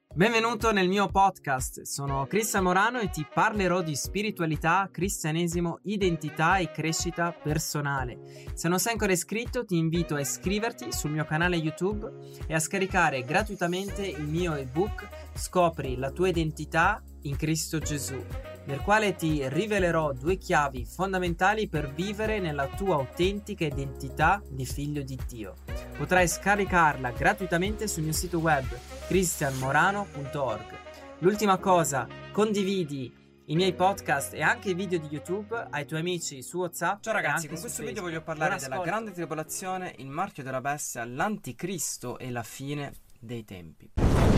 Benvenuto nel mio podcast, sono Cristian Morano e ti parlerò di spiritualità, cristianesimo, identità e crescita personale. Se non sei ancora iscritto ti invito a iscriverti sul mio canale YouTube e a scaricare gratuitamente il mio ebook Scopri la tua identità in Cristo Gesù, nel quale ti rivelerò 2 chiavi fondamentali per vivere nella tua autentica identità di figlio di Dio. Potrai scaricarla gratuitamente sul mio sito web cristianmorano.org. L'ultima cosa, condividi i miei podcast e anche i video di YouTube ai tuoi amici su WhatsApp. Ciao ragazzi, con questo video voglio parlare della grande tribolazione, il marchio della bestia, l'anticristo e la fine dei tempi.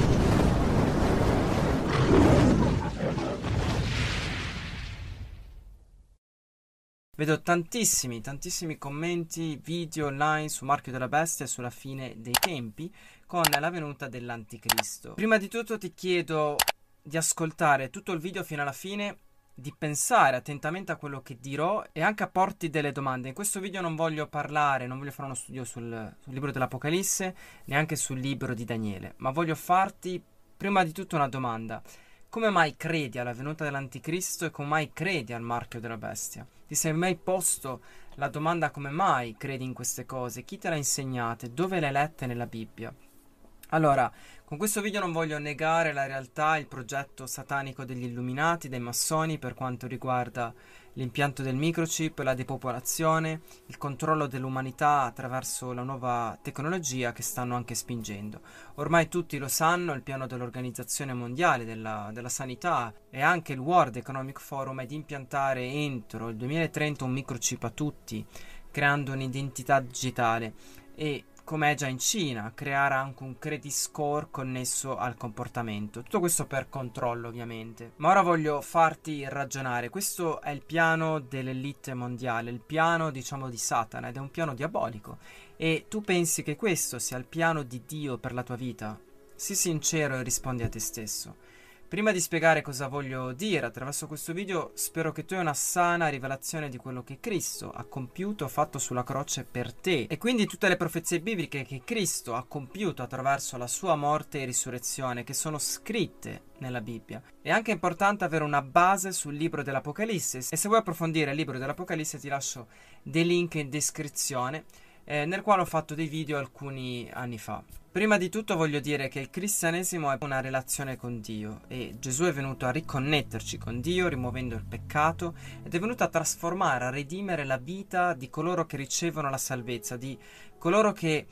Vedo tantissimi commenti, video online su marchio della bestia e sulla fine dei tempi con la venuta dell'anticristo. Prima di tutto ti chiedo di ascoltare tutto il video fino alla fine, di pensare attentamente a quello che dirò e anche a porti delle domande. In questo video non voglio fare uno studio sul libro dell'Apocalisse, neanche sul libro di Daniele, ma voglio farti prima di tutto una domanda. Come mai credi alla venuta dell'anticristo e come mai credi al marchio della bestia? Ti sei mai posto la domanda come mai credi in queste cose? Chi te le ha insegnate? Dove le hai lette nella Bibbia? Allora, con questo video non voglio negare la realtà, il progetto satanico degli illuminati, dei massoni per quanto riguarda l'impianto del microchip, la depopolazione, il controllo dell'umanità attraverso la nuova tecnologia che stanno anche spingendo. Ormai tutti lo sanno, il piano dell'Organizzazione Mondiale della Sanità e anche il World Economic Forum è di impiantare entro il 2030 un microchip a tutti, creando un'identità digitale e come è già in Cina, creare anche un credit score connesso al comportamento. Tutto questo per controllo, ovviamente. Ma ora voglio farti ragionare. Questo è il piano dell'elite mondiale, il piano, diciamo, di Satana, ed è un piano diabolico. E tu pensi che questo sia il piano di Dio per la tua vita? Sii sincero e rispondi a te stesso. Prima di spiegare cosa voglio dire attraverso questo video, spero che tu hai una sana rivelazione di quello che Cristo ha compiuto, fatto sulla croce per te. E quindi tutte le profezie bibliche che Cristo ha compiuto attraverso la sua morte e risurrezione, che sono scritte nella Bibbia. È anche importante avere una base sul libro dell'Apocalisse. E se vuoi approfondire il libro dell'Apocalisse ti lascio dei link in descrizione, nel quale ho fatto dei video alcuni anni fa. Prima di tutto voglio dire che il cristianesimo è una relazione con Dio e Gesù è venuto a riconnetterci con Dio rimuovendo il peccato ed è venuto a trasformare, a redimere la vita di coloro che ricevono la salvezza, di coloro che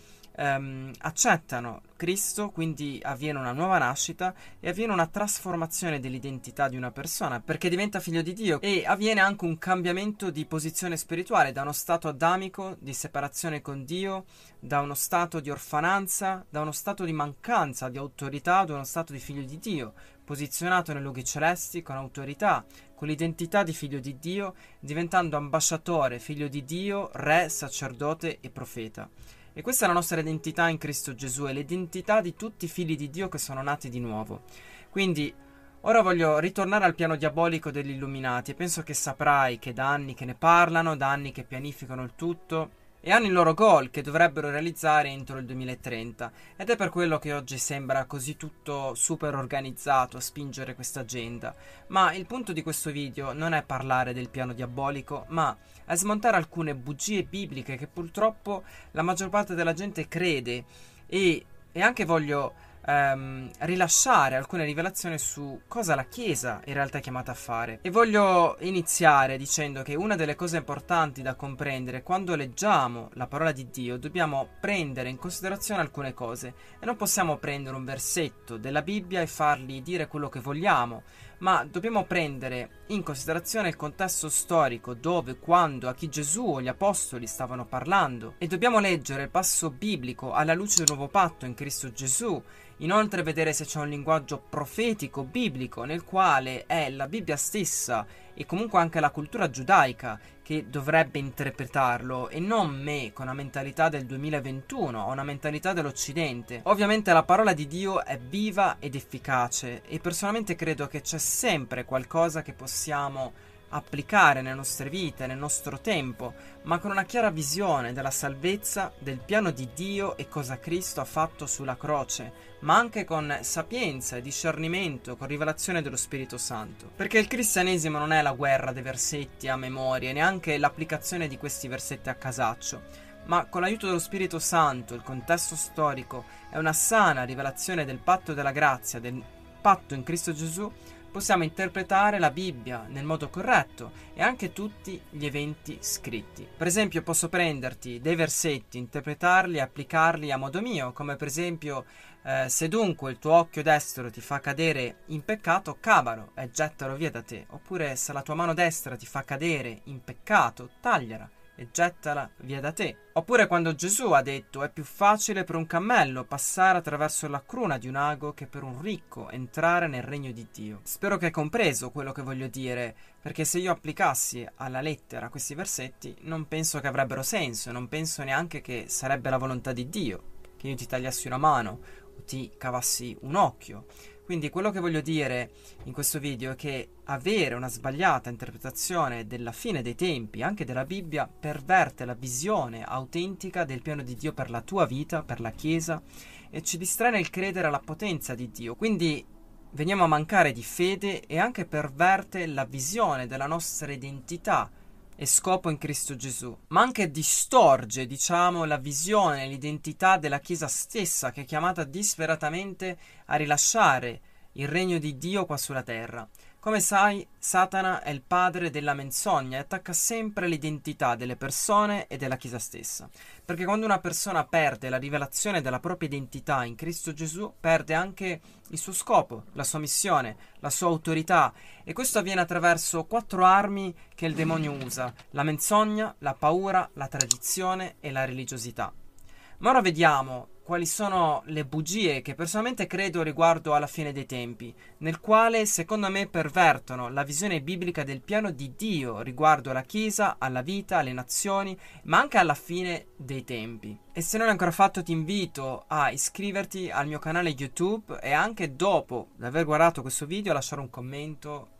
accettano Cristo, quindi avviene una nuova nascita e avviene una trasformazione dell'identità di una persona perché diventa figlio di Dio e avviene anche un cambiamento di posizione spirituale da uno stato adamico di separazione con Dio, da uno stato di orfananza, da uno stato di mancanza di autorità, da uno stato di figlio di Dio, posizionato nei luoghi celesti con autorità, con l'identità di figlio di Dio, diventando ambasciatore, figlio di Dio, re, sacerdote e profeta. E questa è la nostra identità in Cristo Gesù, è l'identità di tutti i figli di Dio che sono nati di nuovo. Quindi, ora voglio ritornare al piano diabolico degli illuminati e penso che saprai che da anni che ne parlano, da anni che pianificano il tutto e hanno il loro goal che dovrebbero realizzare entro il 2030 ed è per quello che oggi sembra così tutto super organizzato a spingere questa agenda. Ma il punto di questo video non è parlare del piano diabolico, ma è smontare alcune bugie bibliche che purtroppo la maggior parte della gente crede e anche voglio rilasciare alcune rivelazioni su cosa la Chiesa in realtà è chiamata a fare. E voglio iniziare dicendo che una delle cose importanti da comprendere quando leggiamo la parola di Dio dobbiamo prendere in considerazione alcune cose e non possiamo prendere un versetto della Bibbia e fargli dire quello che vogliamo, ma dobbiamo prendere in considerazione il contesto storico dove, quando, a chi Gesù o gli apostoli stavano parlando e dobbiamo leggere il passo biblico alla luce del nuovo patto in Cristo Gesù. Inoltre vedere se c'è un linguaggio profetico biblico nel quale è la Bibbia stessa e comunque anche la cultura giudaica che dovrebbe interpretarlo e non me con una mentalità del 2021 o una mentalità dell'Occidente. Ovviamente la parola di Dio è viva ed efficace e personalmente credo che c'è sempre qualcosa che possiamo applicare nelle nostre vite, nel nostro tempo, ma con una chiara visione della salvezza, del piano di Dio e cosa Cristo ha fatto sulla croce, ma anche con sapienza e discernimento, con rivelazione dello Spirito Santo. Perché il cristianesimo non è la guerra dei versetti a memoria, neanche l'applicazione di questi versetti a casaccio, ma con l'aiuto dello Spirito Santo, il contesto storico e una sana rivelazione del patto della grazia, del patto in Cristo Gesù, possiamo interpretare la Bibbia nel modo corretto e anche tutti gli eventi scritti. Per esempio, posso prenderti dei versetti, interpretarli e applicarli a modo mio, come per esempio se dunque il tuo occhio destro ti fa cadere in peccato, cavalo e gettalo via da te. Oppure se la tua mano destra ti fa cadere in peccato, tagliala e gettala via da te. Oppure quando Gesù ha detto: è più facile per un cammello passare attraverso la cruna di un ago che per un ricco entrare nel regno di Dio. Spero che hai compreso quello che voglio dire, perché se io applicassi alla lettera questi versetti non penso che avrebbero senso, non penso neanche che sarebbe la volontà di Dio che io ti tagliassi una mano o ti cavassi un occhio. Quindi quello che voglio dire in questo video è che avere una sbagliata interpretazione della fine dei tempi, anche della Bibbia, perverte la visione autentica del piano di Dio per la tua vita, per la Chiesa, e ci distrae nel credere alla potenza di Dio. Quindi veniamo a mancare di fede e anche perverte la visione della nostra identità e scopo in Cristo Gesù, ma anche distorge, la visione e l'identità della Chiesa stessa, che è chiamata disperatamente a rilasciare il regno di Dio qua sulla terra. Come sai, Satana è il padre della menzogna e attacca sempre l'identità delle persone e della Chiesa stessa. Perché quando una persona perde la rivelazione della propria identità in Cristo Gesù, perde anche il suo scopo, la sua missione, la sua autorità. E questo avviene attraverso 4 armi che il demonio usa: la menzogna, la paura, la tradizione e la religiosità. Ma ora vediamo quali sono le bugie che personalmente credo riguardo alla fine dei tempi, nel quale secondo me pervertono la visione biblica del piano di Dio riguardo alla Chiesa, alla vita, alle nazioni, ma anche alla fine dei tempi. E se non l'hai ancora fatto ti invito a iscriverti al mio canale YouTube e anche dopo aver guardato questo video a lasciare un commento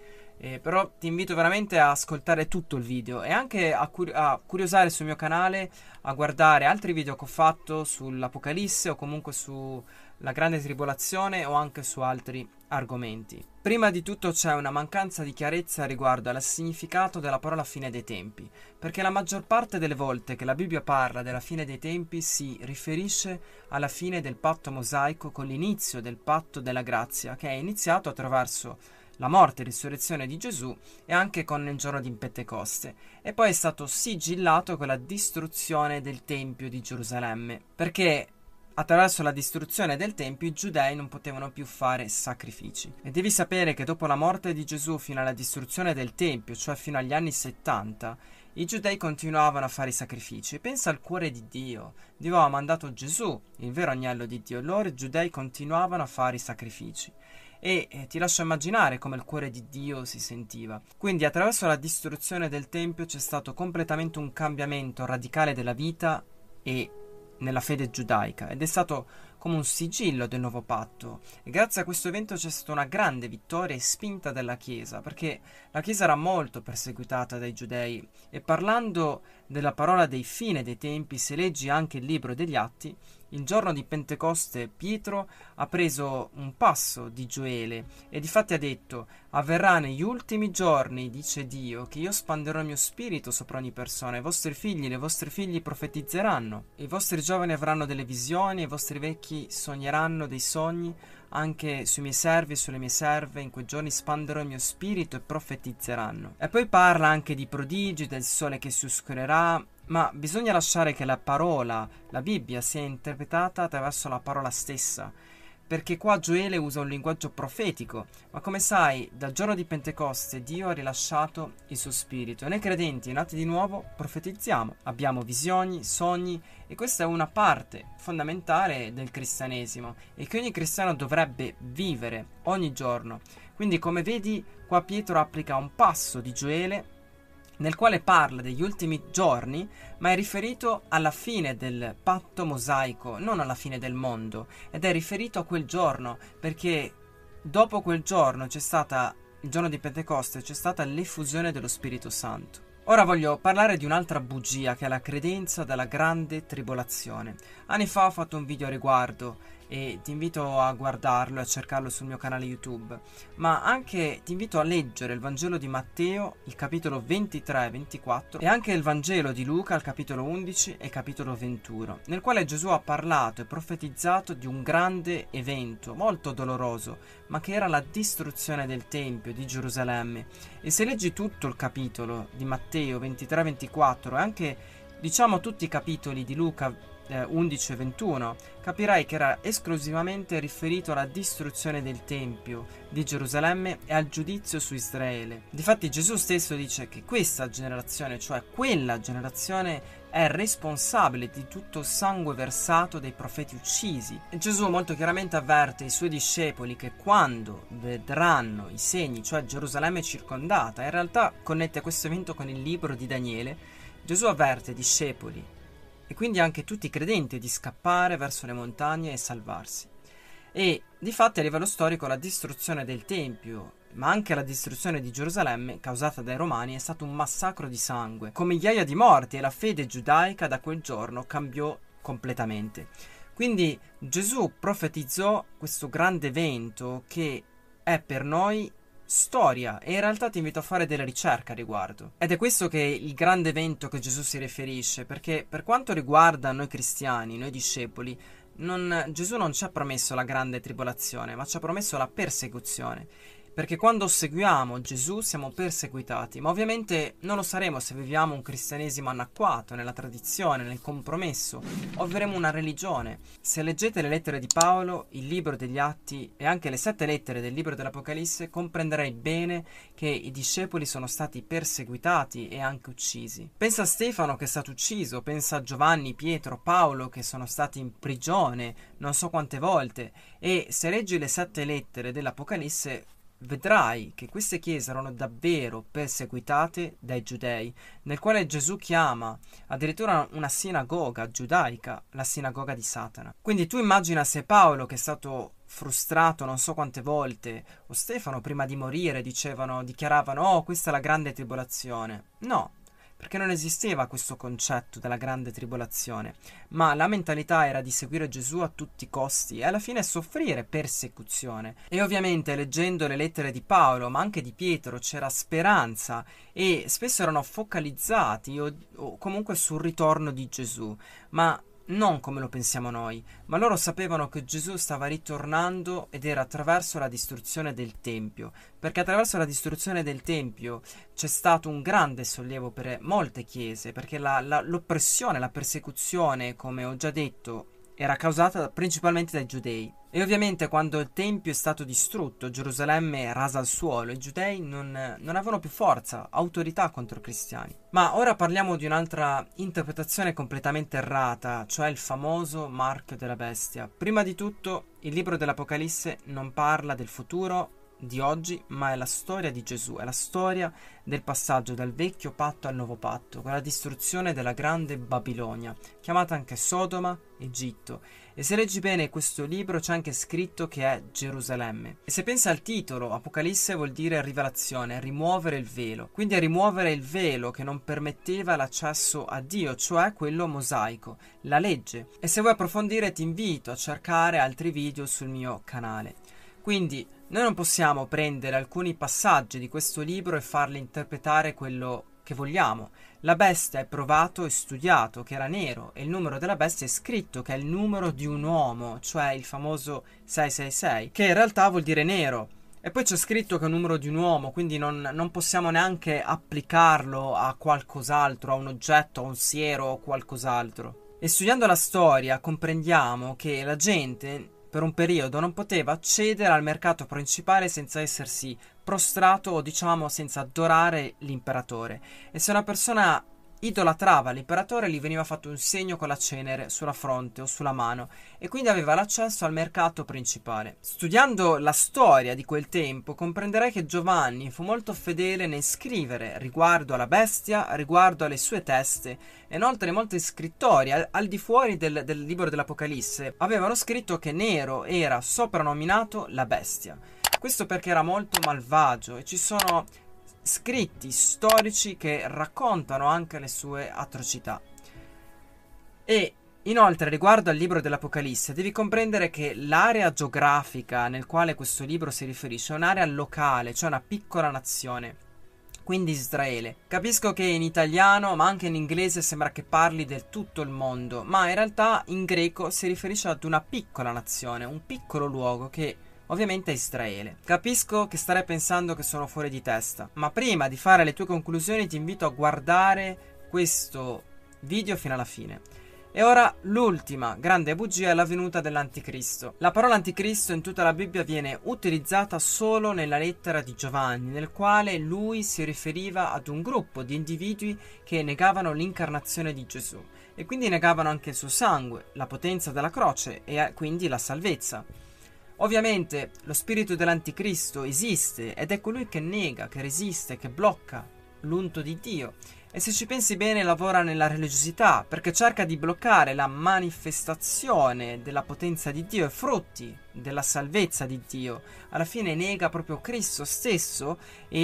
però ti invito veramente a ascoltare tutto il video e anche a curiosare sul mio canale, a guardare altri video che ho fatto sull'Apocalisse o comunque sulla Grande Tribolazione o anche su altri argomenti. Prima di tutto c'è una mancanza di chiarezza riguardo al significato della parola fine dei tempi, perché la maggior parte delle volte che la Bibbia parla della fine dei tempi si riferisce alla fine del patto mosaico con l'inizio del patto della grazia, che è iniziato attraverso la morte e risurrezione di Gesù e anche con il giorno di Pentecoste, e poi è stato sigillato con la distruzione del Tempio di Gerusalemme, perché attraverso la distruzione del Tempio i giudei non potevano più fare sacrifici. E devi sapere che dopo la morte di Gesù fino alla distruzione del Tempio, cioè fino agli anni 70, i giudei continuavano a fare i sacrifici. Pensa al cuore di Dio. Dio aveva mandato Gesù, il vero agnello di Dio, e loro i giudei continuavano a fare i sacrifici. E ti lascio immaginare come il cuore di Dio si sentiva. Quindi attraverso la distruzione del Tempio c'è stato completamente un cambiamento radicale della vita e nella fede giudaica, ed è stato come un sigillo del nuovo patto. E grazie a questo evento c'è stata una grande vittoria e spinta della Chiesa, perché la Chiesa era molto perseguitata dai giudei. E parlando della parola dei fine dei tempi, se leggi anche il libro degli Atti, il giorno di Pentecoste Pietro ha preso un passo di Gioele e difatti ha detto: avverrà negli ultimi giorni, dice Dio, che io spanderò il mio spirito sopra ogni persona, i vostri figli e le vostre figli profetizzeranno, i vostri giovani avranno delle visioni, e i vostri vecchi sogneranno dei sogni. Anche sui miei servi e sulle mie serve in quei giorni spanderò il mio spirito e profetizzeranno. E poi parla anche di prodigi, del sole che si oscurerà, ma bisogna lasciare che la parola, la Bibbia, sia interpretata attraverso la parola stessa, perché qua Gioele usa un linguaggio profetico, ma come sai, dal giorno di Pentecoste Dio ha rilasciato il suo spirito e noi credenti nati di nuovo profetizziamo, abbiamo visioni, sogni, e questa è una parte fondamentale del cristianesimo e che ogni cristiano dovrebbe vivere ogni giorno. Quindi, come vedi, qua Pietro applica un passo di Gioele nel quale parla degli ultimi giorni, ma è riferito alla fine del patto mosaico, non alla fine del mondo, ed è riferito a quel giorno, perché dopo quel giorno c'è stata il giorno di Pentecoste, c'è stata l'effusione dello Spirito Santo. Ora voglio parlare di un'altra bugia, che è la credenza della grande tribolazione. Anni fa ho fatto un video a riguardo e ti invito a guardarlo e a cercarlo sul mio canale YouTube, ma anche ti invito a leggere il Vangelo di Matteo, il capitolo 23 e 24, e anche il Vangelo di Luca, il capitolo 11 e il capitolo 21, nel quale Gesù ha parlato e profetizzato di un grande evento molto doloroso, ma che era la distruzione del Tempio di Gerusalemme. E se leggi tutto il capitolo di Matteo 23 e 24 e anche diciamo tutti i capitoli di Luca 11 e 21, capirai che era esclusivamente riferito alla distruzione del Tempio di Gerusalemme e al giudizio su Israele. Difatti Gesù stesso dice che questa generazione, cioè quella generazione, è responsabile di tutto il sangue versato dei profeti uccisi. E Gesù molto chiaramente avverte i suoi discepoli che quando vedranno i segni, cioè Gerusalemme circondata, in realtà connette questo evento con il libro di Daniele. Gesù avverte i discepoli e quindi anche tutti i credenti di scappare verso le montagne e salvarsi. E difatti a livello storico la distruzione del Tempio, ma anche la distruzione di Gerusalemme causata dai Romani, è stato un massacro di sangue, con migliaia di morti, e la fede giudaica da quel giorno cambiò completamente. Quindi Gesù profetizzò questo grande evento che è per noi storia, e in realtà ti invito a fare delle ricerche a riguardo. Ed è questo che è il grande evento che Gesù si riferisce, perché per quanto riguarda noi cristiani, noi discepoli, Gesù non ci ha promesso la grande tribolazione, ma ci ha promesso la persecuzione. Perché quando seguiamo Gesù siamo perseguitati, ma ovviamente non lo saremo se viviamo un cristianesimo anacquato, nella tradizione, nel compromesso, o avremo una religione. Se leggete le lettere di Paolo, il libro degli Atti e anche le 7 lettere del libro dell'Apocalisse, comprenderei bene che i discepoli sono stati perseguitati e anche uccisi. Pensa a Stefano che è stato ucciso, pensa a Giovanni, Pietro, Paolo che sono stati in prigione non so quante volte, e se leggi le 7 lettere dell'Apocalisse vedrai che queste chiese erano davvero perseguitate dai giudei, nel quale Gesù chiama addirittura una sinagoga giudaica la sinagoga di Satana. Quindi tu immagina se Paolo, che è stato frustrato non so quante volte, o Stefano prima di morire dichiaravano oh, questa è la grande tribolazione. No, perché non esisteva questo concetto della grande tribolazione, ma la mentalità era di seguire Gesù a tutti i costi e alla fine soffrire persecuzione. E ovviamente leggendo le lettere di Paolo, ma anche di Pietro, c'era speranza e spesso erano focalizzati o comunque sul ritorno di Gesù, ma non come lo pensiamo noi, ma loro sapevano che Gesù stava ritornando ed era attraverso la distruzione del Tempio, perché attraverso la distruzione del Tempio c'è stato un grande sollievo per molte chiese, perché l'oppressione, la persecuzione, come ho già detto, era causata principalmente dai giudei. E ovviamente quando il Tempio è stato distrutto, Gerusalemme rasa al suolo, i giudei non avevano più forza, autorità contro i cristiani. Ma ora parliamo di un'altra interpretazione completamente errata, cioè il famoso marchio della bestia. Prima di tutto, il libro dell'Apocalisse non parla del futuro di oggi, ma è la storia di Gesù, è la storia del passaggio dal vecchio patto al nuovo patto, con la distruzione della grande Babilonia, chiamata anche Sodoma, Egitto. E se leggi bene questo libro c'è anche scritto che è Gerusalemme. E se pensi al titolo, Apocalisse vuol dire rivelazione, rimuovere il velo. Quindi è rimuovere il velo che non permetteva l'accesso a Dio, cioè quello mosaico, la legge. E se vuoi approfondire ti invito a cercare altri video sul mio canale. Quindi noi non possiamo prendere alcuni passaggi di questo libro e farli interpretare quello che vogliamo. La bestia è provato e studiato che era nero, e il numero della bestia è scritto che è il numero di un uomo, cioè il famoso 666, che in realtà vuol dire nero. E poi c'è scritto che è un numero di un uomo, quindi non possiamo neanche applicarlo a qualcos'altro, a un oggetto, a un siero o qualcos'altro. E studiando la storia comprendiamo che la gente per un periodo non poteva accedere al mercato principale senza essersi prostrato o diciamo senza adorare l'imperatore, e se una persona idolatrava l'imperatore gli veniva fatto un segno con la cenere sulla fronte o sulla mano e quindi aveva l'accesso al mercato principale. Studiando la storia di quel tempo comprenderai che Giovanni fu molto fedele nel scrivere riguardo alla bestia, riguardo alle sue teste, e inoltre molti scrittori al di fuori del libro dell'Apocalisse avevano scritto che nero era soprannominato la bestia. Questo perché era molto malvagio e ci sono scritti storici che raccontano anche le sue atrocità. E inoltre, riguardo al libro dell'Apocalisse, devi comprendere che l'area geografica nel quale questo libro si riferisce è un'area locale, cioè una piccola nazione. Quindi Israele. Capisco che in italiano, ma anche in inglese, sembra che parli del tutto il mondo, ma in realtà in greco si riferisce ad una piccola nazione, un piccolo luogo che ovviamente è Israele. Capisco che starei pensando che sono fuori di testa, ma prima di fare le tue conclusioni ti invito a guardare questo video fino alla fine. E ora l'ultima grande bugia è la venuta dell'Anticristo. La parola Anticristo in tutta la Bibbia viene utilizzata solo nella lettera di Giovanni, nel quale lui si riferiva ad un gruppo di individui che negavano l'incarnazione di Gesù e quindi negavano anche il suo sangue, la potenza della croce e quindi la salvezza. Ovviamente lo spirito dell'Anticristo esiste ed è colui che nega, che resiste, che blocca l'unto di Dio. E se ci pensi bene lavora nella religiosità perché cerca di bloccare la manifestazione della potenza di Dio e frutti della salvezza di Dio. Alla fine nega proprio Cristo stesso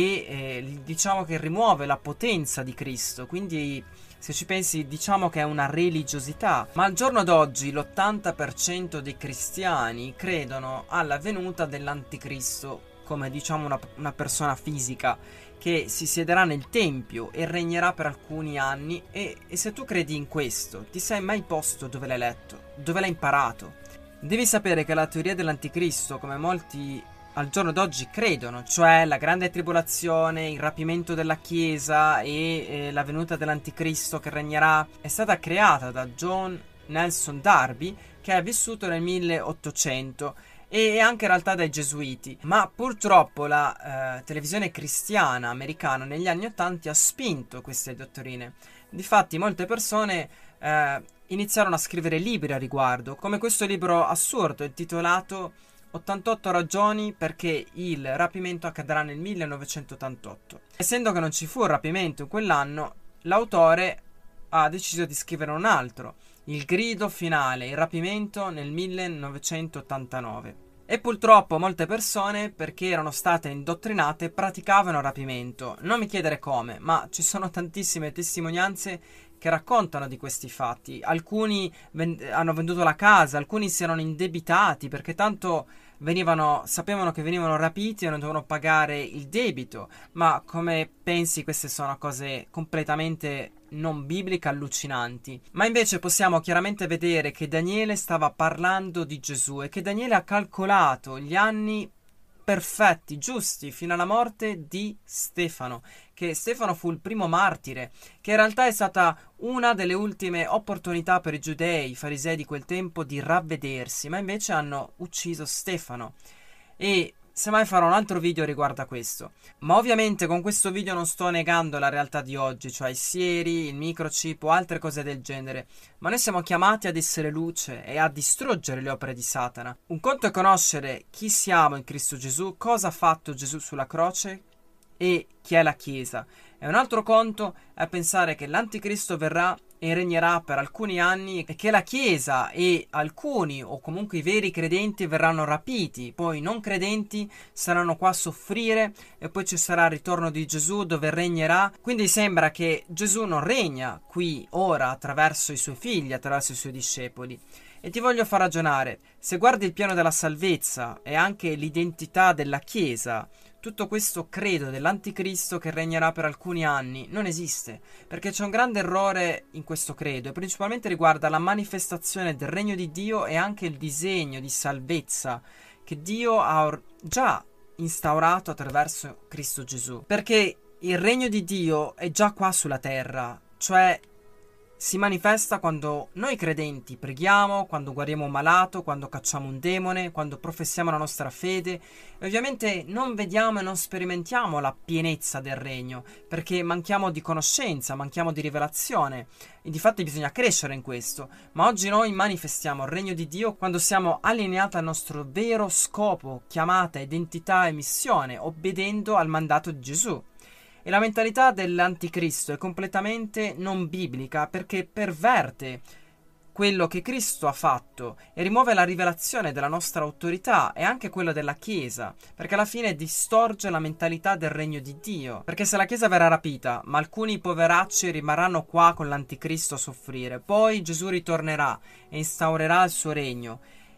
e diciamo che rimuove la potenza di Cristo. Quindi se ci pensi diciamo che è una religiosità. Ma al giorno d'oggi l'80% dei cristiani credono alla venuta dell'Anticristo come diciamo una persona fisica che si siederà nel tempio e regnerà per alcuni anni e se tu credi in questo, ti sei mai posto dove l'hai letto, dove l'hai imparato? Devi sapere che la teoria dell'Anticristo, come molti al giorno d'oggi credono, cioè la grande tribolazione, il rapimento della Chiesa e la venuta dell'Anticristo che regnerà, è stata creata da John Nelson Darby, che è vissuto nel 1800 e anche in realtà dai Gesuiti, ma purtroppo la televisione cristiana americana negli anni '80 ha spinto queste dottrine. Difatti molte persone iniziarono a scrivere libri a riguardo, come questo libro assurdo intitolato 88 ragioni perché il rapimento accadrà nel 1988. Essendo che non ci fu un rapimento in quell'anno, l'autore ha deciso di scrivere un altro, il grido finale, il rapimento nel 1989. E purtroppo molte persone, perché erano state indottrinate, praticavano il rapimento. Non mi chiedere come, ma ci sono tantissime testimonianze che raccontano di questi fatti. Alcuni hanno venduto la casa, alcuni si erano indebitati perché tanto sapevano che venivano rapiti e non dovevano pagare il debito. Ma come pensi, queste sono cose completamente non bibliche, allucinanti. Ma invece possiamo chiaramente vedere che Daniele stava parlando di Gesù e che Daniele ha calcolato gli anni perfetti, giusti, fino alla morte di Stefano, che Stefano fu il primo martire, che in realtà è stata una delle ultime opportunità per i giudei, i farisei di quel tempo, di ravvedersi, ma invece hanno ucciso Stefano. E semmai farò un altro video riguardo a questo. Ma ovviamente con questo video non sto negando la realtà di oggi, cioè i sieri, il microchip o altre cose del genere, ma noi siamo chiamati ad essere luce e a distruggere le opere di Satana. Un conto è conoscere chi siamo in Cristo Gesù, cosa ha fatto Gesù sulla croce e chi è la Chiesa. E un altro conto è pensare che l'Anticristo verrà e regnerà per alcuni anni e che la Chiesa e alcuni o comunque i veri credenti verranno rapiti, poi i non credenti saranno qua a soffrire e poi ci sarà il ritorno di Gesù dove regnerà. Quindi sembra che Gesù non regna qui ora attraverso i suoi figli, attraverso i suoi discepoli. E ti voglio far ragionare, se guardi il piano della salvezza e anche l'identità della Chiesa, tutto questo credo dell'Anticristo che regnerà per alcuni anni non esiste, perché c'è un grande errore in questo credo e principalmente riguarda la manifestazione del regno di Dio e anche il disegno di salvezza che Dio ha già instaurato attraverso Cristo Gesù. Perché il regno di Dio è già qua sulla terra, cioè si manifesta quando noi credenti preghiamo, quando guariamo un malato, quando cacciamo un demone, quando professiamo la nostra fede. E ovviamente non vediamo e non sperimentiamo la pienezza del regno, perché manchiamo di conoscenza, manchiamo di rivelazione. E difatti bisogna crescere in questo. Ma oggi noi manifestiamo il regno di Dio quando siamo allineati al nostro vero scopo, chiamata, identità e missione, obbedendo al mandato di Gesù. E la mentalità dell'Anticristo è completamente non biblica perché perverte quello che Cristo ha fatto e rimuove la rivelazione della nostra autorità e anche quella della Chiesa, perché alla fine distorge la mentalità del regno di Dio. Perché se la Chiesa verrà rapita, ma alcuni poveracci rimarranno qua con l'anticristo a soffrire, poi Gesù ritornerà e instaurerà il suo regno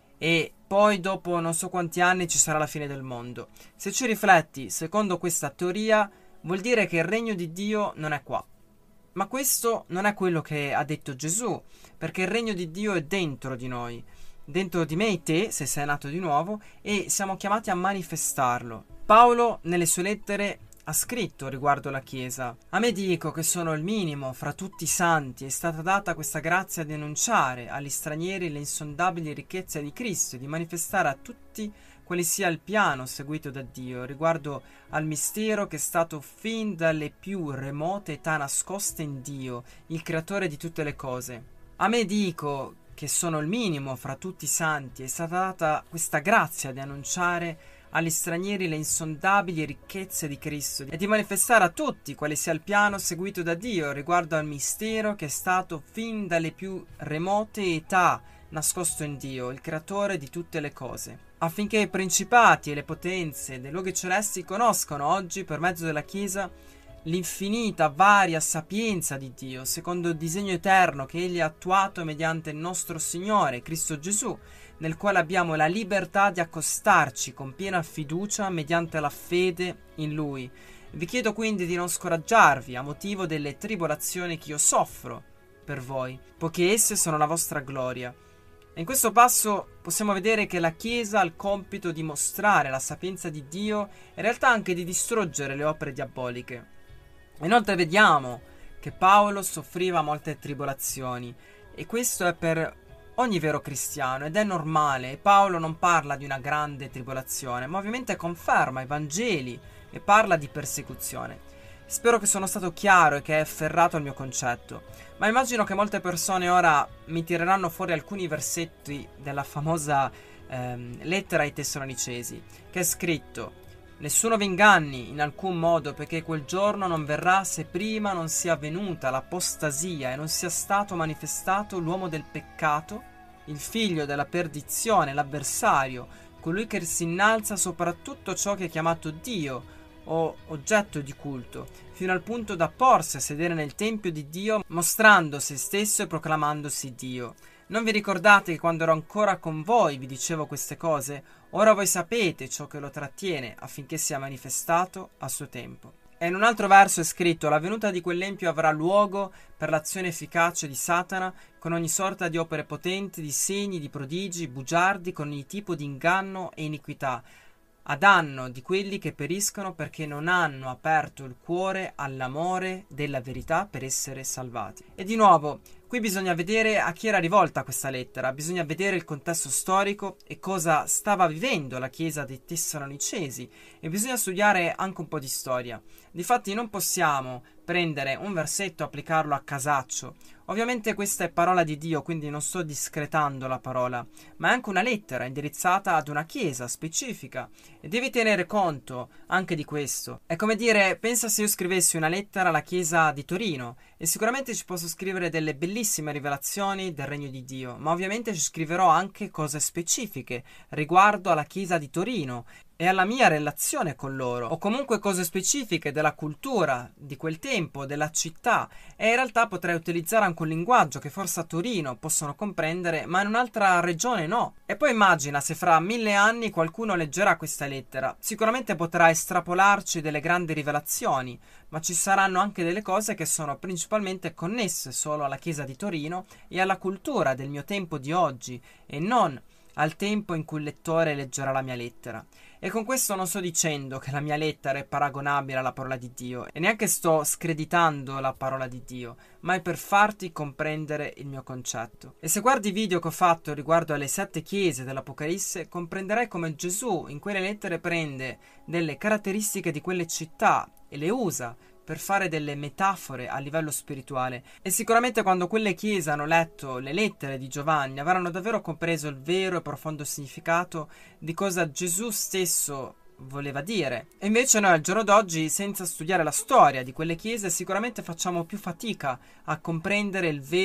e poi dopo non so quanti anni ci sarà la fine del mondo. Se ci rifletti, secondo questa teoria, vuol dire che il regno di Dio non è qua. Ma questo non è quello che ha detto Gesù, perché il regno di Dio è dentro di noi, dentro di me e te, se sei nato di nuovo, e siamo chiamati a manifestarlo. Paolo, nelle sue lettere, ha scritto riguardo la Chiesa: a me dico che sono il minimo fra tutti i santi, è stata data questa grazia di annunciare agli stranieri le insondabili ricchezze di Cristo e di manifestare a tutti quale sia il piano seguito da Dio riguardo al mistero che è stato fin dalle più remote età nascoste in Dio, il creatore di tutte le cose. A me dico che sono il minimo fra tutti i santi, è stata data questa grazia di annunciare agli stranieri le insondabili ricchezze di Cristo e di manifestare a tutti quale sia il piano seguito da Dio riguardo al mistero che è stato fin dalle più remote età nascosto in Dio, il creatore di tutte le cose, affinché i principati e le potenze dei luoghi celesti conoscano oggi, per mezzo della Chiesa, l'infinita, varia sapienza di Dio, secondo il disegno eterno che Egli ha attuato mediante il nostro Signore, Cristo Gesù, nel quale abbiamo la libertà di accostarci con piena fiducia mediante la fede in Lui. Vi chiedo quindi di non scoraggiarvi a motivo delle tribolazioni che io soffro per voi, poiché esse sono la vostra gloria. In questo passo possiamo vedere che la Chiesa ha il compito di mostrare la sapienza di Dio e in realtà anche di distruggere le opere diaboliche. Inoltre vediamo che Paolo soffriva molte tribolazioni e questo è per ogni vero cristiano ed è normale, e Paolo non parla di una grande tribolazione, ma ovviamente conferma i Vangeli e parla di persecuzione. Spero che sono stato chiaro e che hai afferrato il mio concetto, ma immagino che molte persone ora mi tireranno fuori alcuni versetti della famosa lettera ai Tessalonicesi, che è scritto: nessuno vi inganni in alcun modo, perché quel giorno non verrà se prima non sia avvenuta l'apostasia e non sia stato manifestato l'uomo del peccato, il figlio della perdizione, l'avversario, colui che si innalza sopra tutto ciò che è chiamato Dio o oggetto di culto, fino al punto da porsi a sedere nel tempio di Dio, mostrando se stesso e proclamandosi Dio. Non vi ricordate che quando ero ancora con voi vi dicevo queste cose? Ora voi sapete ciò che lo trattiene, affinché sia manifestato a suo tempo. E in un altro verso è scritto: la venuta di quell'empio avrà luogo per l'azione efficace di Satana, con ogni sorta di opere potenti, di segni, di prodigi, bugiardi, con ogni tipo di inganno e iniquità, a danno di quelli che periscono perché non hanno aperto il cuore all'amore della verità per essere salvati. E di nuovo, qui bisogna vedere a chi era rivolta questa lettera, bisogna vedere il contesto storico e cosa stava vivendo la Chiesa dei Tessalonicesi, e bisogna studiare anche un po' di storia. Difatti non possiamo prendere un versetto e applicarlo a casaccio. Ovviamente questa è parola di Dio, quindi non sto discretando la parola, ma è anche una lettera indirizzata ad una chiesa specifica e devi tenere conto anche di questo. È come dire, pensa se io scrivessi una lettera alla chiesa di Torino, e sicuramente ci posso scrivere delle bellissime rivelazioni del regno di Dio, ma ovviamente ci scriverò anche cose specifiche riguardo alla chiesa di Torino e alla mia relazione con loro, o comunque cose specifiche della cultura di quel tempo, della città, e in realtà potrei utilizzare anche un linguaggio che forse a Torino possono comprendere, ma in un'altra regione no. E poi immagina se fra 1000 anni qualcuno leggerà questa lettera, sicuramente potrà estrapolarci delle grandi rivelazioni, ma ci saranno anche delle cose che sono principalmente connesse solo alla Chiesa di Torino e alla cultura del mio tempo di oggi, e non al tempo in cui il lettore leggerà la mia lettera. E con questo non sto dicendo che la mia lettera è paragonabile alla parola di Dio, e neanche sto screditando la parola di Dio, ma è per farti comprendere il mio concetto. E se guardi i video che ho fatto riguardo alle 7 chiese dell'Apocalisse, comprenderai come Gesù in quelle lettere prende delle caratteristiche di quelle città e le usa per fare delle metafore a livello spirituale. E sicuramente quando quelle chiese hanno letto le lettere di Giovanni avranno davvero compreso il vero e profondo significato di cosa Gesù stesso voleva dire. E invece noi al giorno d'oggi, senza studiare la storia di quelle chiese, sicuramente facciamo più fatica a comprendere il vero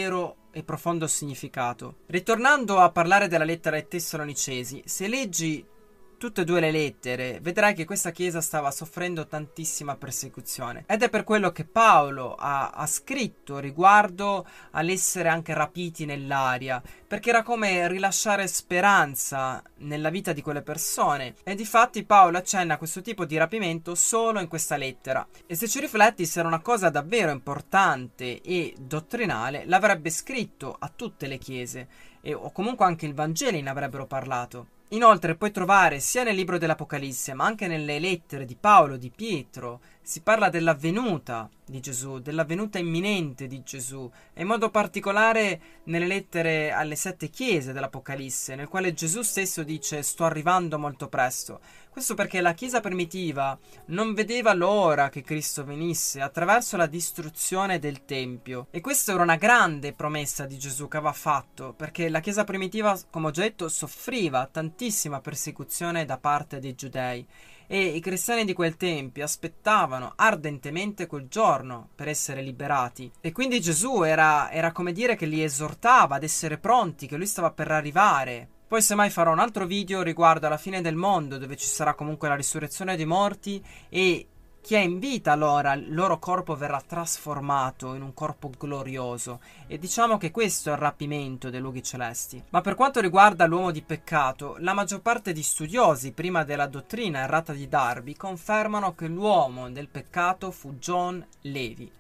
e profondo significato. Ritornando a parlare della lettera ai Tessalonicesi, se leggi tutte e due le lettere, vedrai che questa chiesa stava soffrendo tantissima persecuzione. Ed è per quello che Paolo ha scritto riguardo all'essere anche rapiti nell'aria, perché era come rilasciare speranza nella vita di quelle persone. E difatti Paolo accenna a questo tipo di rapimento solo in questa lettera. E se ci rifletti, se era una cosa davvero importante e dottrinale, l'avrebbe scritto a tutte le chiese, o comunque anche i Vangeli ne avrebbero parlato. Inoltre puoi trovare sia nel libro dell'Apocalisse ma anche nelle lettere di Paolo, di Pietro, si parla della venuta di Gesù, della venuta imminente di Gesù, e in modo particolare nelle lettere alle 7 chiese dell'Apocalisse, nel quale Gesù stesso dice: sto arrivando molto presto. Questo perché la chiesa primitiva non vedeva l'ora che Cristo venisse attraverso la distruzione del Tempio, e questa era una grande promessa di Gesù che aveva fatto, perché la chiesa primitiva, come ho già detto, soffriva tantissima persecuzione da parte dei giudei, e i cristiani di quel tempio aspettavano ardentemente quel giorno per essere liberati. E quindi Gesù era come dire che li esortava ad essere pronti, che lui stava per arrivare. Poi semmai farò un altro video riguardo alla fine del mondo, dove ci sarà comunque la risurrezione dei morti, e chi è in vita allora il loro corpo verrà trasformato in un corpo glorioso, e diciamo che questo è il rapimento dei luoghi celesti. Ma per quanto riguarda l'uomo di peccato, la maggior parte di studiosi prima della dottrina errata di Darby confermano che l'uomo del peccato fu John Levi.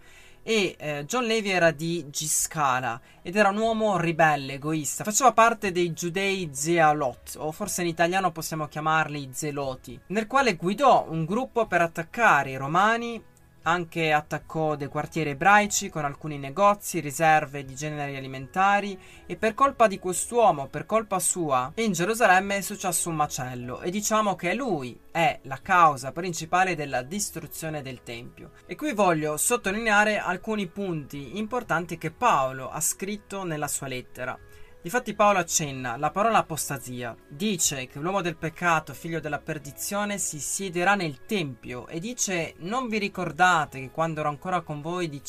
E John Levi era di Giscala ed era un uomo ribelle, egoista. Faceva parte dei giudei Zealot, o forse in italiano possiamo chiamarli Zeloti, nel quale guidò un gruppo per attaccare i romani. Anche attaccò dei quartieri ebraici con alcuni negozi, riserve di generi alimentari, e per colpa di quest'uomo, per colpa sua, in Gerusalemme è successo un macello, e diciamo che lui è la causa principale della distruzione del Tempio. E qui voglio sottolineare alcuni punti importanti che Paolo ha scritto nella sua lettera. Difatti Paolo accenna la parola apostasia, dice che l'uomo del peccato, figlio della perdizione, si siederà nel tempio, e dice: non vi ricordate che quando ero ancora con voi vi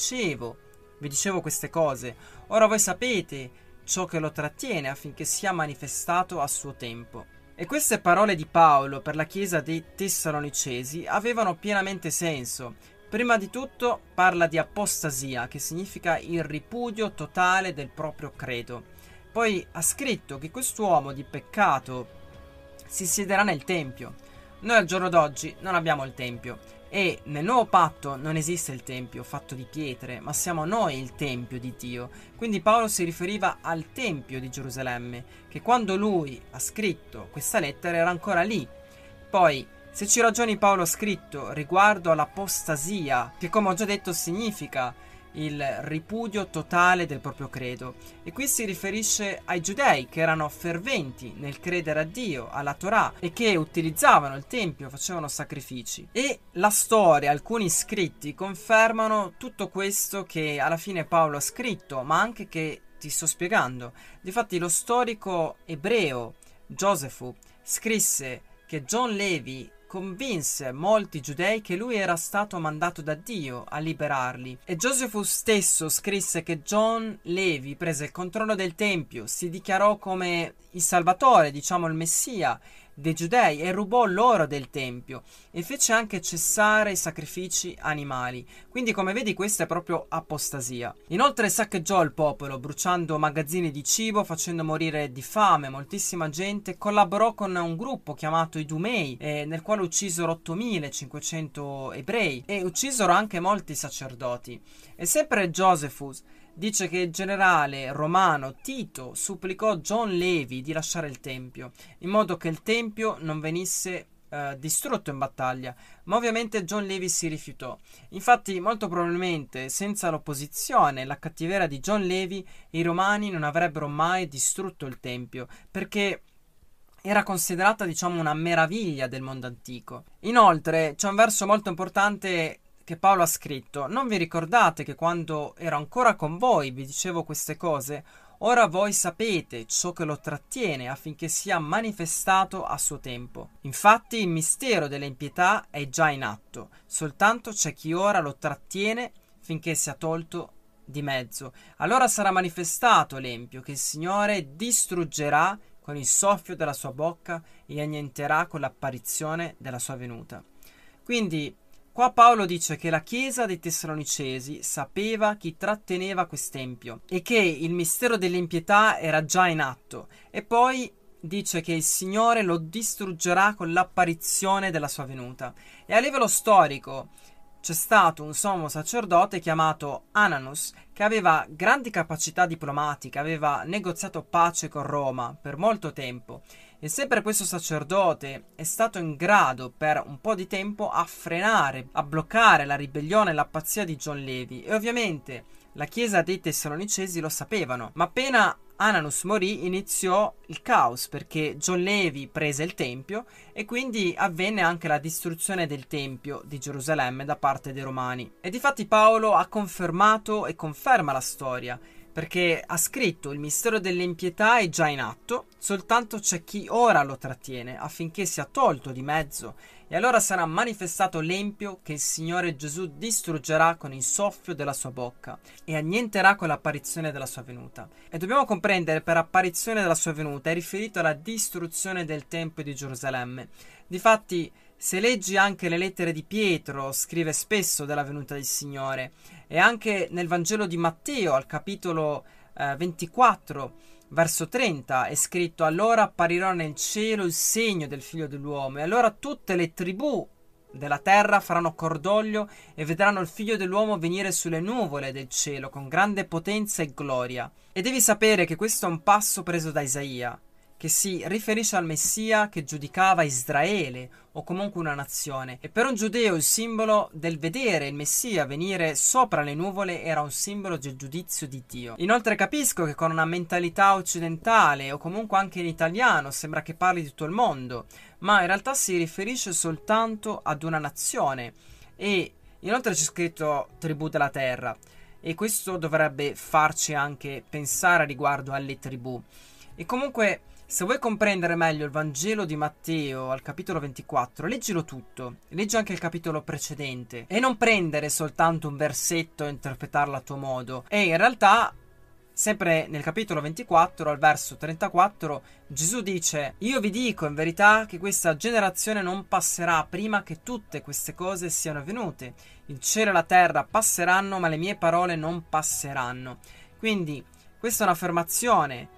dicevo queste cose, ora voi sapete ciò che lo trattiene affinché sia manifestato a suo tempo. E queste parole di Paolo per la chiesa dei Tessalonicesi avevano pienamente senso. Prima di tutto parla di apostasia, che significa il ripudio totale del proprio credo. Poi ha scritto che quest'uomo di peccato si siederà nel Tempio. Noi al giorno d'oggi non abbiamo il Tempio, e nel nuovo patto non esiste il Tempio fatto di pietre, ma siamo noi il Tempio di Dio. Quindi Paolo si riferiva al Tempio di Gerusalemme, che quando lui ha scritto questa lettera era ancora lì. Poi, se ci ragioni, Paolo ha scritto riguardo all'apostasia, che come ho già detto significa il ripudio totale del proprio credo, e qui si riferisce ai giudei che erano ferventi nel credere a Dio, alla Torah, e che utilizzavano il tempio, facevano sacrifici. E la storia, alcuni scritti confermano tutto questo che alla fine Paolo ha scritto, ma anche che ti sto spiegando. Difatti lo storico ebreo Giosefo scrisse che John Levi convinse molti giudei che lui era stato mandato da Dio a liberarli, e Giosefo stesso scrisse che John Levi prese il controllo del tempio, si dichiarò come il salvatore, diciamo il messia dei giudei, e rubò l'oro del tempio e fece anche cessare i sacrifici animali. Quindi come vedi questa è proprio apostasia. Inoltre saccheggiò il popolo, bruciando magazzini di cibo, facendo morire di fame moltissima gente. Collaborò con un gruppo chiamato i Dumei, nel quale uccisero 8500 ebrei e uccisero anche molti sacerdoti. E sempre Josephus dice che il generale romano Tito supplicò John Levi di lasciare il tempio, in modo che il tempio non venisse distrutto in battaglia, ma ovviamente John Levi si rifiutò. Infatti molto probabilmente senza l'opposizione e la cattiveria di John Levi i romani non avrebbero mai distrutto il tempio, perché era considerata, diciamo, una meraviglia del mondo antico. Inoltre c'è un verso molto importante che Paolo ha scritto: non vi ricordate che quando ero ancora con voi vi dicevo queste cose? Ora voi sapete ciò che lo trattiene affinché sia manifestato a suo tempo. Infatti il mistero dell'impietà è già in atto, soltanto c'è chi ora lo trattiene finché sia tolto di mezzo. Allora sarà manifestato l'empio che il Signore distruggerà con il soffio della sua bocca e annienterà con l'apparizione della sua venuta. Quindi qua Paolo dice che la chiesa dei Tessalonicesi sapeva chi tratteneva quest'empio e che il mistero dell'impietà era già in atto, e poi dice che il Signore lo distruggerà con l'apparizione della sua venuta. E a livello storico c'è stato un sommo sacerdote chiamato Ananus che aveva grandi capacità diplomatiche, aveva negoziato pace con Roma per molto tempo, e sempre questo sacerdote è stato in grado per un po' di tempo a frenare, a bloccare la ribellione e la pazzia di John Levi. E ovviamente la chiesa dei Tessalonicesi lo sapevano, ma appena Ananus morì iniziò il caos, perché John Levi prese il tempio e quindi avvenne anche la distruzione del tempio di Gerusalemme da parte dei Romani. E difatti Paolo ha confermato e conferma la storia, perché ha scritto: il mistero dell'impietà è già in atto, soltanto c'è chi ora lo trattiene affinché sia tolto di mezzo, e allora sarà manifestato l'empio che il Signore Gesù distruggerà con il soffio della sua bocca e annienterà con l'apparizione della sua venuta. E dobbiamo comprendere, per apparizione della sua venuta è riferito alla distruzione del Tempio di Gerusalemme. Difatti, se leggi anche le lettere di Pietro, scrive spesso della venuta del Signore, e anche nel Vangelo di Matteo, al capitolo 24, verso 30, è scritto: allora apparirà nel cielo il segno del Figlio dell'uomo, e allora tutte le tribù della terra faranno cordoglio e vedranno il Figlio dell'uomo venire sulle nuvole del cielo con grande potenza e gloria. E devi sapere che questo è un passo preso da Isaia, che si riferisce al Messia che giudicava Israele o comunque una nazione. E per un giudeo il simbolo del vedere il Messia venire sopra le nuvole era un simbolo del giudizio di Dio. Inoltre capisco che con una mentalità occidentale o comunque anche in italiano sembra che parli di tutto il mondo, ma in realtà si riferisce soltanto ad una nazione. E inoltre c'è scritto tribù della terra, e questo dovrebbe farci anche pensare riguardo alle tribù. E comunque, se vuoi comprendere meglio il Vangelo di Matteo al capitolo 24, leggilo tutto, leggi anche il capitolo precedente e non prendere soltanto un versetto e interpretarlo a tuo modo. E in realtà, sempre nel capitolo 24, al verso 34, Gesù dice: io vi dico in verità che questa generazione non passerà prima che tutte queste cose siano avvenute. Il cielo e la terra passeranno, ma le mie parole non passeranno. Quindi questa è un'affermazione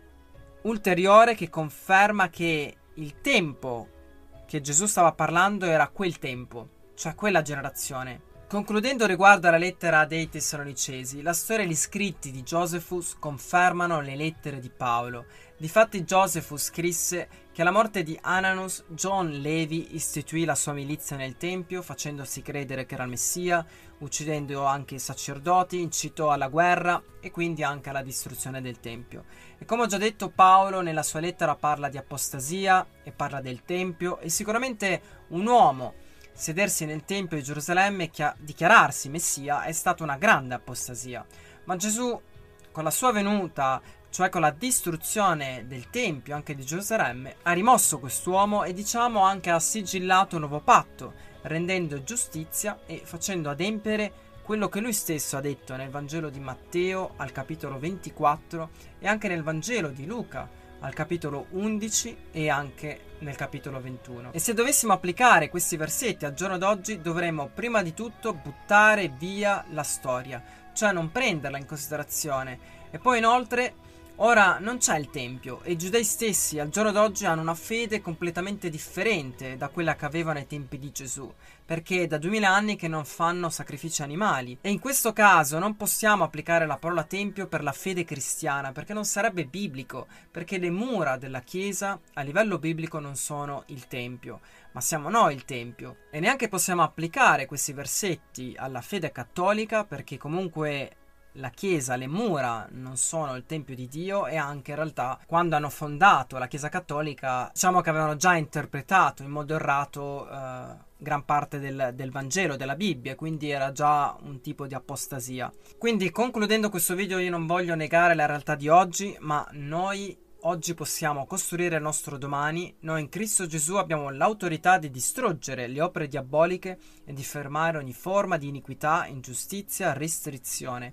ulteriore che conferma che il tempo che Gesù stava parlando era quel tempo, cioè quella generazione. Concludendo riguardo alla lettera dei Tessalonicesi, la storia e gli scritti di Josephus confermano le lettere di Paolo. Difatti Josephus scrisse che alla morte di Ananus, John Levi istituì la sua milizia nel tempio, facendosi credere che era il Messia, uccidendo anche i sacerdoti, incitò alla guerra e quindi anche alla distruzione del tempio. E come ho già detto, Paolo nella sua lettera parla di apostasia e parla del tempio, e sicuramente un uomo sedersi nel Tempio di Gerusalemme e dichiararsi Messia è stata una grande apostasia. Ma Gesù, con la sua venuta, cioè con la distruzione del Tempio anche di Gerusalemme, ha rimosso quest'uomo e diciamo anche ha sigillato un nuovo patto, rendendo giustizia e facendo adempiere quello che lui stesso ha detto nel Vangelo di Matteo al capitolo 24 e anche nel Vangelo di Luca al capitolo 11 e anche nel capitolo 21. E se dovessimo applicare questi versetti al giorno d'oggi, dovremmo prima di tutto buttare via la storia, cioè non prenderla in considerazione. E poi inoltre ora non c'è il Tempio e i giudei stessi al giorno d'oggi hanno una fede completamente differente da quella che avevano ai tempi di Gesù, perché è da 2000 anni che non fanno sacrifici animali. E in questo caso non possiamo applicare la parola Tempio per la fede cristiana, perché non sarebbe biblico, perché le mura della Chiesa a livello biblico non sono il Tempio, ma siamo noi il Tempio. E neanche possiamo applicare questi versetti alla fede cattolica, perché comunque la Chiesa, le mura non sono il Tempio di Dio, e anche in realtà quando hanno fondato la Chiesa cattolica diciamo che avevano già interpretato in modo errato gran parte del Vangelo, della Bibbia, quindi era già un tipo di apostasia. Quindi concludendo questo video, io non voglio negare la realtà di oggi, ma noi oggi possiamo costruire il nostro domani. Noi in Cristo Gesù abbiamo l'autorità di distruggere le opere diaboliche e di fermare ogni forma di iniquità, ingiustizia, restrizione.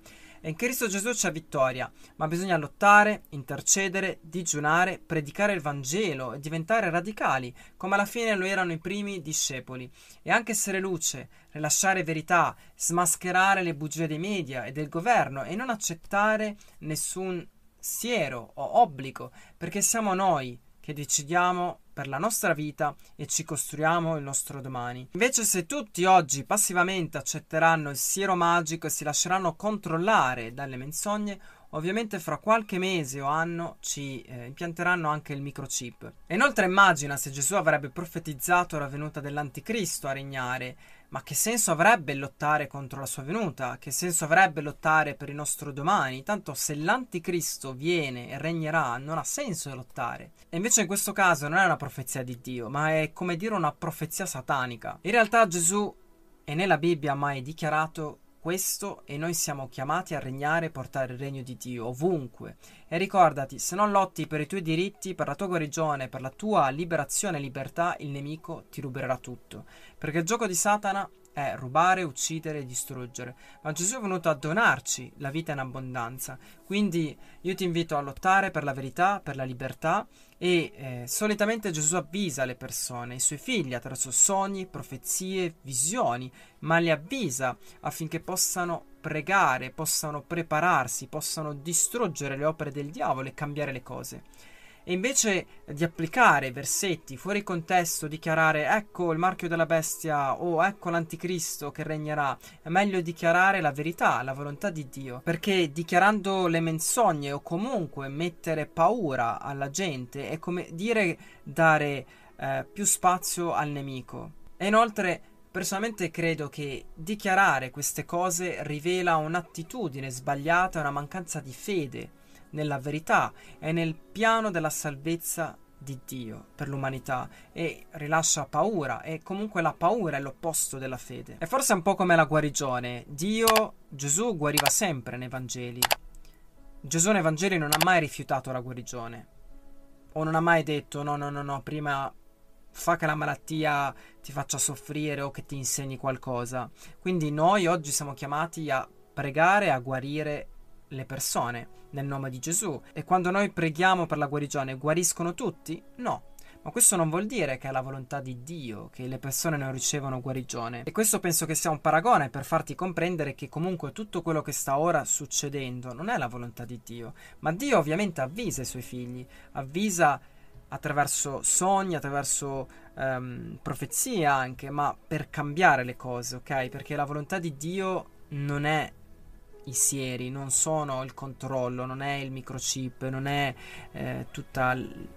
E in Cristo Gesù c'è vittoria, ma bisogna lottare, intercedere, digiunare, predicare il Vangelo e diventare radicali, come alla fine lo erano i primi discepoli, e anche essere luce, rilasciare verità, smascherare le bugie dei media e del governo e non accettare nessun siero o obbligo, perché siamo noi che decidiamo per la nostra vita e ci costruiamo il nostro domani. Invece se tutti oggi passivamente accetteranno il siero magico e si lasceranno controllare dalle menzogne, ovviamente fra qualche mese o anno ci impianteranno anche il microchip. E inoltre immagina se Gesù avrebbe profetizzato la venuta dell'anticristo a regnare. Ma che senso avrebbe lottare contro la sua venuta? Che senso avrebbe lottare per il nostro domani? Tanto se l'anticristo viene e regnerà, non ha senso lottare. E invece in questo caso non è una profezia di Dio, ma è come dire una profezia satanica. In realtà Gesù e nella Bibbia ha mai dichiarato questo e noi siamo chiamati a regnare e portare il regno di Dio ovunque. E ricordati, se non lotti per i tuoi diritti, per la tua guarigione, per la tua liberazione e libertà, il nemico ti ruberà tutto. Perché il gioco di Satana è rubare, uccidere e distruggere. Ma Gesù è venuto a donarci la vita in abbondanza. Quindi io ti invito a lottare per la verità, per la libertà e solitamente Gesù avvisa le persone, i suoi figli, attraverso sogni, profezie, visioni, ma li avvisa affinché possano pregare, possano prepararsi, possano distruggere le opere del diavolo e cambiare le cose. E invece di applicare versetti fuori contesto, dichiarare ecco il marchio della bestia o ecco l'anticristo che regnerà, è meglio dichiarare la verità, la volontà di Dio, perché dichiarando le menzogne o comunque mettere paura alla gente è come dire dare più spazio al nemico. E inoltre personalmente credo che dichiarare queste cose rivela un'attitudine sbagliata e una mancanza di fede nella verità e nel piano della salvezza di Dio per l'umanità e rilascia paura e comunque la paura è l'opposto della fede. E forse è un po' come la guarigione. Gesù guariva sempre nei Vangeli. Gesù nei Vangeli non ha mai rifiutato la guarigione o non ha mai detto no, prima fa che la malattia ti faccia soffrire o che ti insegni qualcosa. Quindi noi oggi siamo chiamati a pregare e a guarire le persone nel nome di Gesù. E quando noi preghiamo per la guarigione, guariscono tutti? No. Ma questo non vuol dire che è la volontà di Dio che le persone non ricevono guarigione. E questo penso che sia un paragone per farti comprendere che comunque tutto quello che sta ora succedendo non è la volontà di Dio. Ma Dio ovviamente avvisa i suoi figli, avvisa attraverso sogni, attraverso profezie anche, ma per cambiare le cose, ok? Perché la volontà di Dio non è i sieri, non sono il controllo, non è il microchip, non è tutta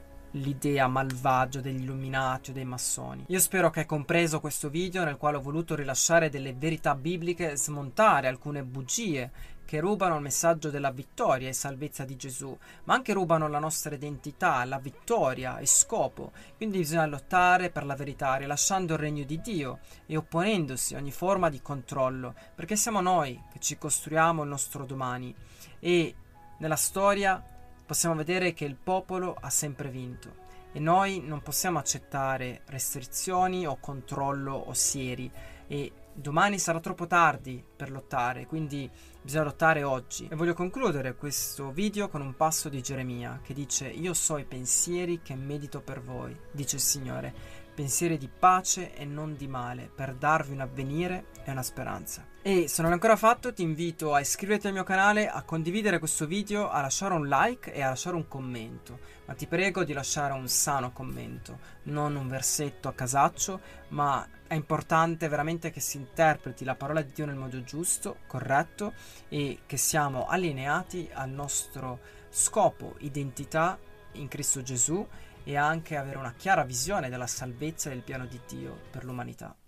l'idea malvagia degli illuminati o dei massoni. Io spero che hai compreso questo video nel quale ho voluto rilasciare delle verità bibliche, smontare alcune bugie che rubano il messaggio della vittoria e salvezza di Gesù, ma anche rubano la nostra identità, la vittoria e scopo. Quindi bisogna lottare per la verità, rilasciando il regno di Dio e opponendosi a ogni forma di controllo, perché siamo noi che ci costruiamo il nostro domani e nella storia possiamo vedere che il popolo ha sempre vinto e noi non possiamo accettare restrizioni o controllo o sieri e domani sarà troppo tardi per lottare, quindi bisogna lottare oggi. E voglio concludere questo video con un passo di Geremia che dice: io so i pensieri che medito per voi, dice il Signore, pensieri di pace e non di male, per darvi un avvenire e una speranza. E se non l'hai ancora fatto ti invito a iscriverti al mio canale, a condividere questo video, a lasciare un like e a lasciare un commento, ma ti prego di lasciare un sano commento, non un versetto a casaccio, ma è importante veramente che si interpreti la parola di Dio nel modo giusto, corretto e che siamo allineati al nostro scopo, identità in Cristo Gesù e anche avere una chiara visione della salvezza e del piano di Dio per l'umanità.